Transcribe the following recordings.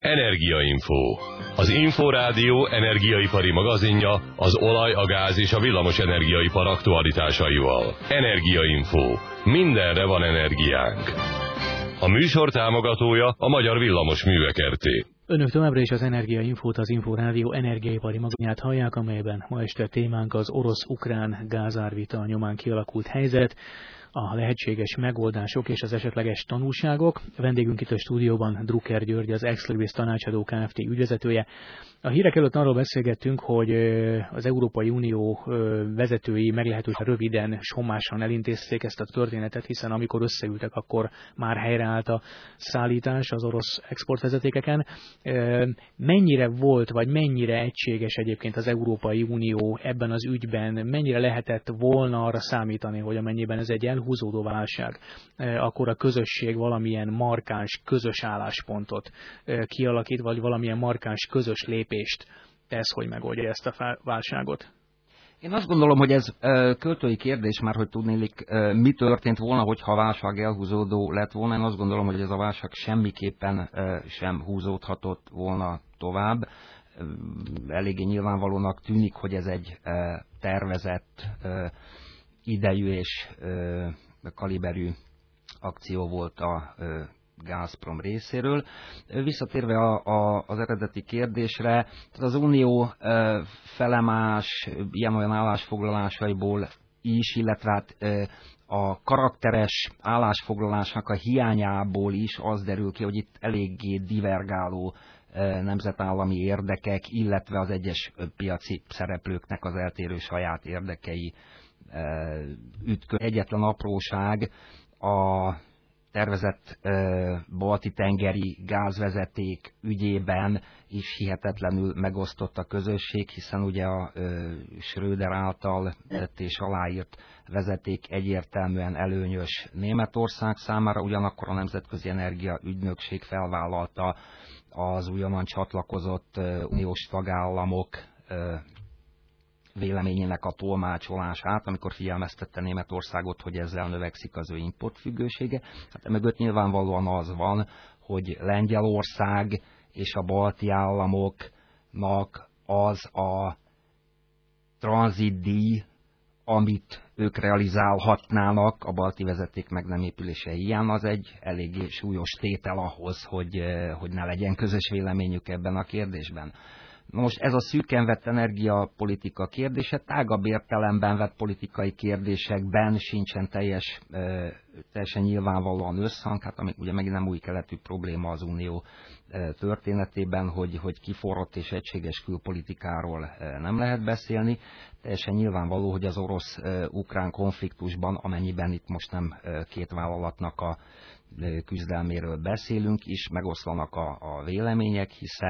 Energiainfo. Az Inforádió energiaipari magazinja az olaj, a gáz és a villamos energiaipar aktualitásaival. Energiainfo. Mindenre van energiánk. A műsor támogatója a Magyar Villamos Művek Kft. Önök továbbra is az Energiainfót, az Inforádió energiaipari magazinját hallják, amelyben ma este témánk az orosz-ukrán gázárvita nyomán kialakult helyzet, a lehetséges megoldások és az esetleges tanulságok. Vendégünk itt a stúdióban Drucker György, az Exlibris tanácsadó Kft. Ügyvezetője. A hírek előtt arról beszélgettünk, hogy az Európai Unió vezetői meglehetősen röviden, sommásan elintézték ezt a történetet, hiszen amikor összeültek, akkor már helyreállt a szállítás az orosz exportvezetékeken. Mennyire volt, vagy mennyire egységes egyébként az Európai Unió ebben az ügyben? Mennyire lehetett volna arra számítani, hogy amennyiben ez egy elhúzódó válság, akkor a közösség valamilyen markáns közös álláspontot kialakít, vagy valamilyen markáns közös lépést tesz, hogy megoldja ezt a válságot? Én azt gondolom, hogy ez költői kérdés már, hogy tudnélik, mi történt volna, hogyha a válság elhúzódó lett volna. Én azt gondolom, hogy ez a válság semmiképpen sem húzódhatott volna tovább. Eléggé nyilvánvalónak tűnik, hogy ez egy tervezett idejű és kaliberű akció volt a Gazprom részéről. Visszatérve az eredeti kérdésre, tehát az Unió felemás ilyen-olyan állásfoglalásaiból is, illetve hát a karakteres állásfoglalásnak a hiányából is az derül ki, hogy itt eléggé divergáló nemzetállami érdekek, illetve az egyes piaci szereplőknek az eltérő saját érdekei Egyetlen apróság, a tervezett balti-tengeri gázvezeték ügyében is hihetetlenül megosztott a közösség, hiszen ugye a Schröder által tett és aláírt vezeték egyértelműen előnyös Németország számára, ugyanakkor a Nemzetközi Energia Ügynökség felvállalta az újonnan csatlakozott uniós tagállamok véleményének a tolmácsolását, amikor figyelmeztette Németországot, hogy ezzel növekszik az ő importfüggősége. Hát emögött nyilvánvalóan az van, hogy Lengyelország és a balti államoknak az a tranzitdíj, amit ők realizálhatnának a balti vezeték meg nem épülése hiány, az egy eléggé súlyos tétel ahhoz, hogy ne legyen közös véleményük ebben a kérdésben. Na most ez a szűken vett energiapolitika kérdése, tágabb értelemben vett politikai kérdésekben sincsen teljesen nyilvánvalóan összhang, hát ami ugye megint nem új keletű probléma az Unió történetében, hogy kiforrott és egységes külpolitikáról nem lehet beszélni. Teljesen nyilvánvaló, hogy az orosz-ukrán konfliktusban, amennyiben itt most nem két vállalatnak a küzdelméről beszélünk is, megoszlanak a vélemények,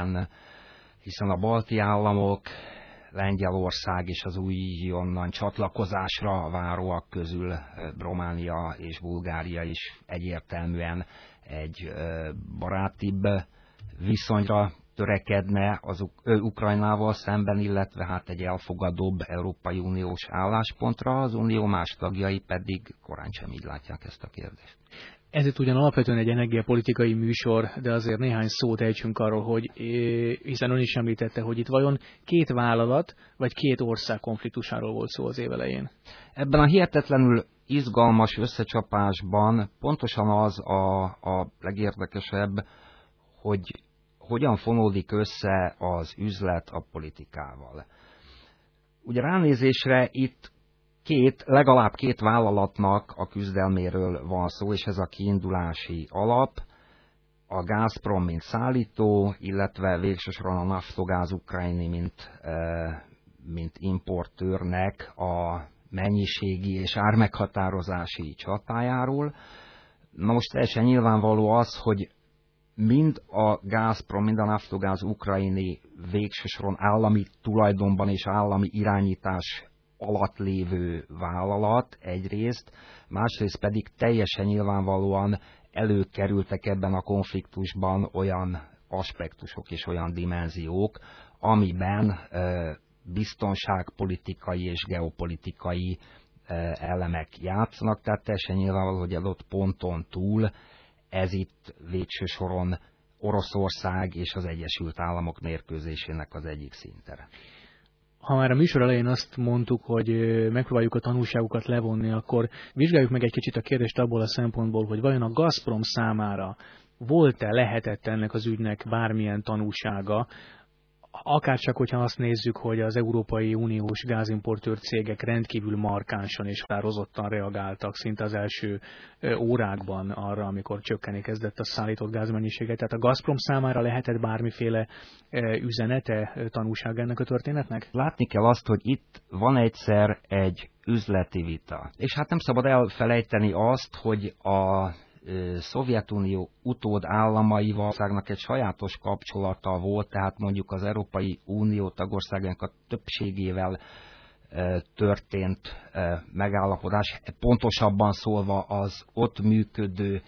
hiszen a balti államok, Lengyelország és az újonnan csatlakozásra váróak közül Románia és Bulgária is egyértelműen egy barátibb viszonyra törekedne az Ukrajnával szemben, illetve hát egy elfogadóbb Európai Uniós álláspontra, az Unió más tagjai pedig korán sem így látják ezt a kérdést. Ez itt ugyan alapvetően egy energiapolitikai műsor, de azért néhány szót ejtsünk arról, hogy hiszen ön is említette, hogy itt vajon két vállalat vagy két ország konfliktusáról volt szó az év elején. Ebben a hihetetlenül izgalmas összecsapásban pontosan az a legérdekesebb, hogy hogyan fonódik össze az üzlet a politikával. Ugye ránézésre itt legalább két vállalatnak a küzdelméről van szó, és ez a kiindulási alap, a Gazprom, mint szállító, illetve végső soron a Naftogaz Ukrajni, mint importőrnek a mennyiségi és ármeghatározási csatájáról. Na most teljesen nyilvánvaló az, hogy mind a Gazprom, mind a Naftogaz Ukrajni végső soron állami tulajdonban és állami irányítás alatt lévő vállalat egyrészt, másrészt pedig teljesen nyilvánvalóan előkerültek ebben a konfliktusban olyan aspektusok és olyan dimenziók, amiben biztonságpolitikai és geopolitikai elemek játszanak, tehát teljesen nyilvánvaló, hogy adott ponton túl ez itt végső soron Oroszország és az Egyesült Államok mérkőzésének az egyik színtere. Ha már a műsor elején azt mondtuk, hogy megpróbáljuk a tanulságokat levonni, akkor vizsgáljuk meg egy kicsit a kérdést abból a szempontból, hogy vajon a Gazprom számára volt-e, lehetett ennek az ügynek bármilyen tanúsága, akárcsak, hogyha azt nézzük, hogy az Európai Uniós gázimportőr cégek rendkívül markánsan és határozottan reagáltak szinte az első órákban arra, amikor csökkenni kezdett a szállított gázmennyiséget. Tehát a Gazprom számára lehetett bármiféle üzenete, tanúság ennek a történetnek? Látni kell azt, hogy itt van egyszer egy üzleti vita. És hát nem szabad elfelejteni azt, hogy a Szovjetunió utód államaival országnak egy sajátos kapcsolata volt, tehát mondjuk az Európai Unió tagországának a többségével történt megállapodás, pontosabban szólva az ott működő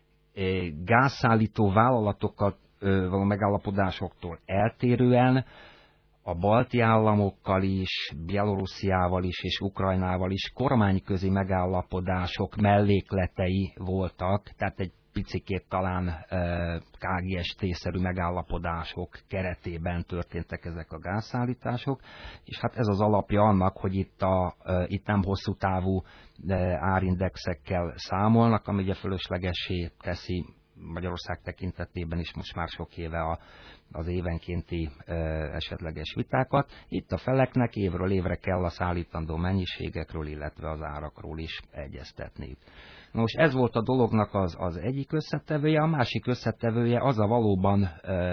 gázszállító vállalatokkal való megállapodásoktól eltérően a balti államokkal is, Bielorussziával is és Ukrajnával is kormányközi megállapodások mellékletei voltak, tehát egy picikét talán KGST-szerű megállapodások keretében történtek ezek a gázszállítások, és hát ez az alapja annak, hogy itt nem hosszú távú árindexekkel számolnak, ami ugye fölöslegessé teszi Magyarország tekintetében is most már sok éve az évenkénti esetleges vitákat. Itt a feleknek évről évre kell a szállítandó mennyiségekről, illetve az árakról is egyeztetniük. Most ez volt a dolognak az egyik összetevője, a másik összetevője az a valóban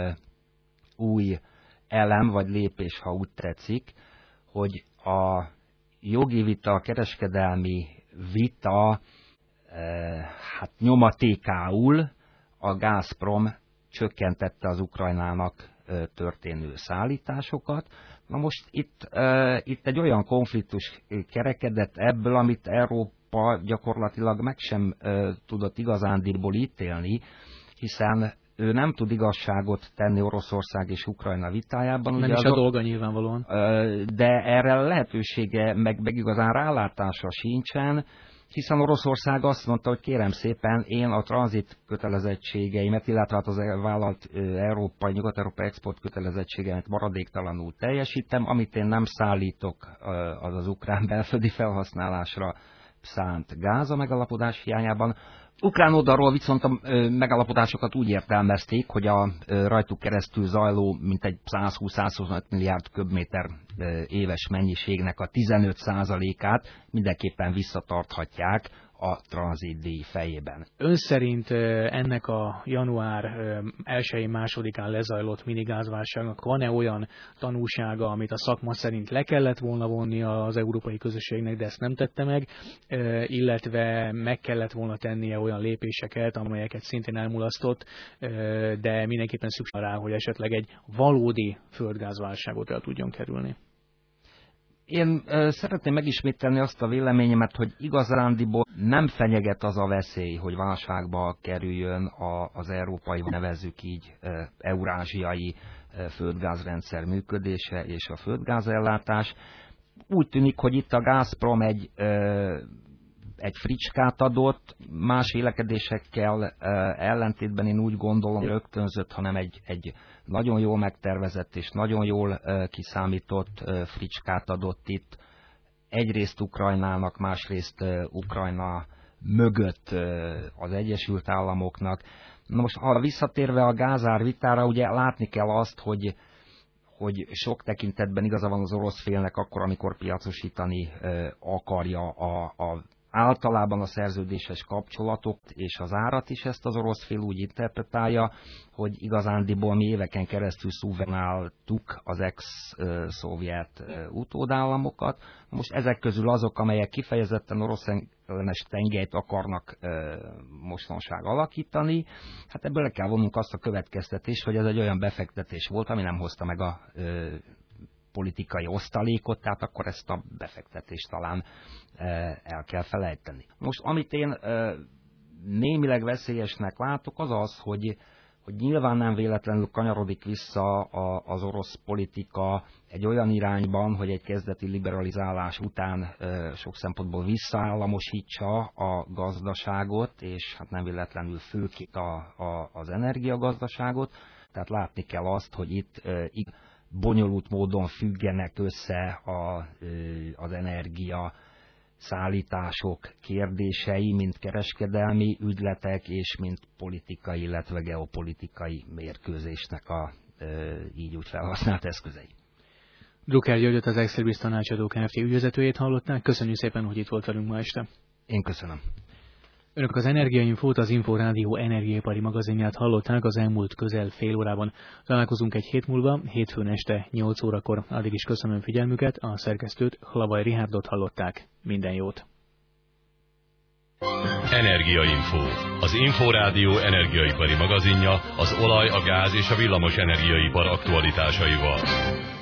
új elem, vagy lépés, ha úgy tetszik, hogy a jogi vita, a kereskedelmi vita hát nyomatékául a Gazprom csökkentette az Ukrajnának történő szállításokat. Na most itt egy olyan konfliktus kerekedett ebből, amit Európa gyakorlatilag meg sem tudott igazándiból ítélni, hiszen ő nem tud igazságot tenni Oroszország és Ukrajna vitájában. Nem ugye is a dolga nyilvánvalóan. De erre lehetősége, meg igazán rálátása sincsen, hiszen Oroszország azt mondta, hogy kérem szépen, én a tranzit kötelezettségeimet, illetve az vállalt nyugat-európai export kötelezettségeimet maradéktalanul teljesítem, amit én nem szállítok, az az ukrán belföldi felhasználásra szánt gáz a megalapodás hiányában. Ukrán oldalról viszont a megalapodásokat úgy értelmezték, hogy a rajtuk keresztül zajló mintegy 120-125 milliárd köbméter éves mennyiségnek a 15%-át mindenképpen visszatarthatják a tranzitdíj fejében. Ön szerint ennek a január 1-2-án lezajlott minigázválságnak van-e olyan tanúsága, amit a szakma szerint le kellett volna vonni az európai közösségnek, de ezt nem tette meg, illetve meg kellett volna tennie olyan lépéseket, amelyeket szintén elmulasztott, de mindenképpen szükség rá, hogy esetleg egy valódi földgázválságot el tudjon kerülni? Én szeretném megismételni azt a véleményemet, hogy igazándiból nem fenyeget az a veszély, hogy válságba kerüljön az európai, nevezzük így, eurázsiai földgázrendszer működése és a földgázellátás. Úgy tűnik, hogy itt a Gazprom egy fricskát adott, más vélekedésekkel ellentétben én úgy gondolom, rögtönzött, hanem egy nagyon jól megtervezett és nagyon jól kiszámított fricskát adott itt. Egyrészt Ukrajnának, másrészt Ukrajna mögött az Egyesült Államoknak. Na most, ha visszatérve a gázár vitára, ugye látni kell azt, hogy sok tekintetben igaza van az orosz félnek akkor, amikor piacosítani akarja általában a szerződéses kapcsolatok és az árat is. Ezt az orosz fél úgy interpretálja, hogy igazándiból mi éveken keresztül szuvvenáltuk az ex-szovjet utódállamokat. Most ezek közül azok, amelyek kifejezetten orosz ellenes tengelyt akarnak mostanság alakítani, hát ebből le kell vonnunk azt a következtetést, hogy ez egy olyan befektetés volt, ami nem hozta meg a politikai osztalékot, tehát akkor ezt a befektetést talán el kell felejteni. Most, amit én némileg veszélyesnek látok, az az, hogy nyilván nem véletlenül kanyarodik vissza az orosz politika egy olyan irányban, hogy egy kezdeti liberalizálás után sok szempontból visszaállamosítsa a gazdaságot, és hát nem véletlenül főként az energiagazdaságot. Tehát látni kell azt, hogy itt bonyolult módon függenek össze az energia szállítások kérdései, mint kereskedelmi ügyletek, és mint politikai, illetve geopolitikai mérkőzésnek a így úgy felhasznált eszközei. Drucker Györgyöt, az Excelbris Tanácsadó Kft. Ügyvezetőjét hallották. Köszönjük szépen, hogy itt volt velünk ma este. Én köszönöm. Önök az Energiainfót, az Inforádió energiaipari magazinját hallották az elmúlt közel fél órában. Találkozunk egy hét múlva, hétfőn este 8 órakor. Addig is köszönöm figyelmüket, a szerkesztőt, Hlavaj Richardot hallották. Minden jót! Energiainfó. Az Inforádió energiaipari magazinja az olaj, a gáz és a villamos energiaipar aktualitásaival.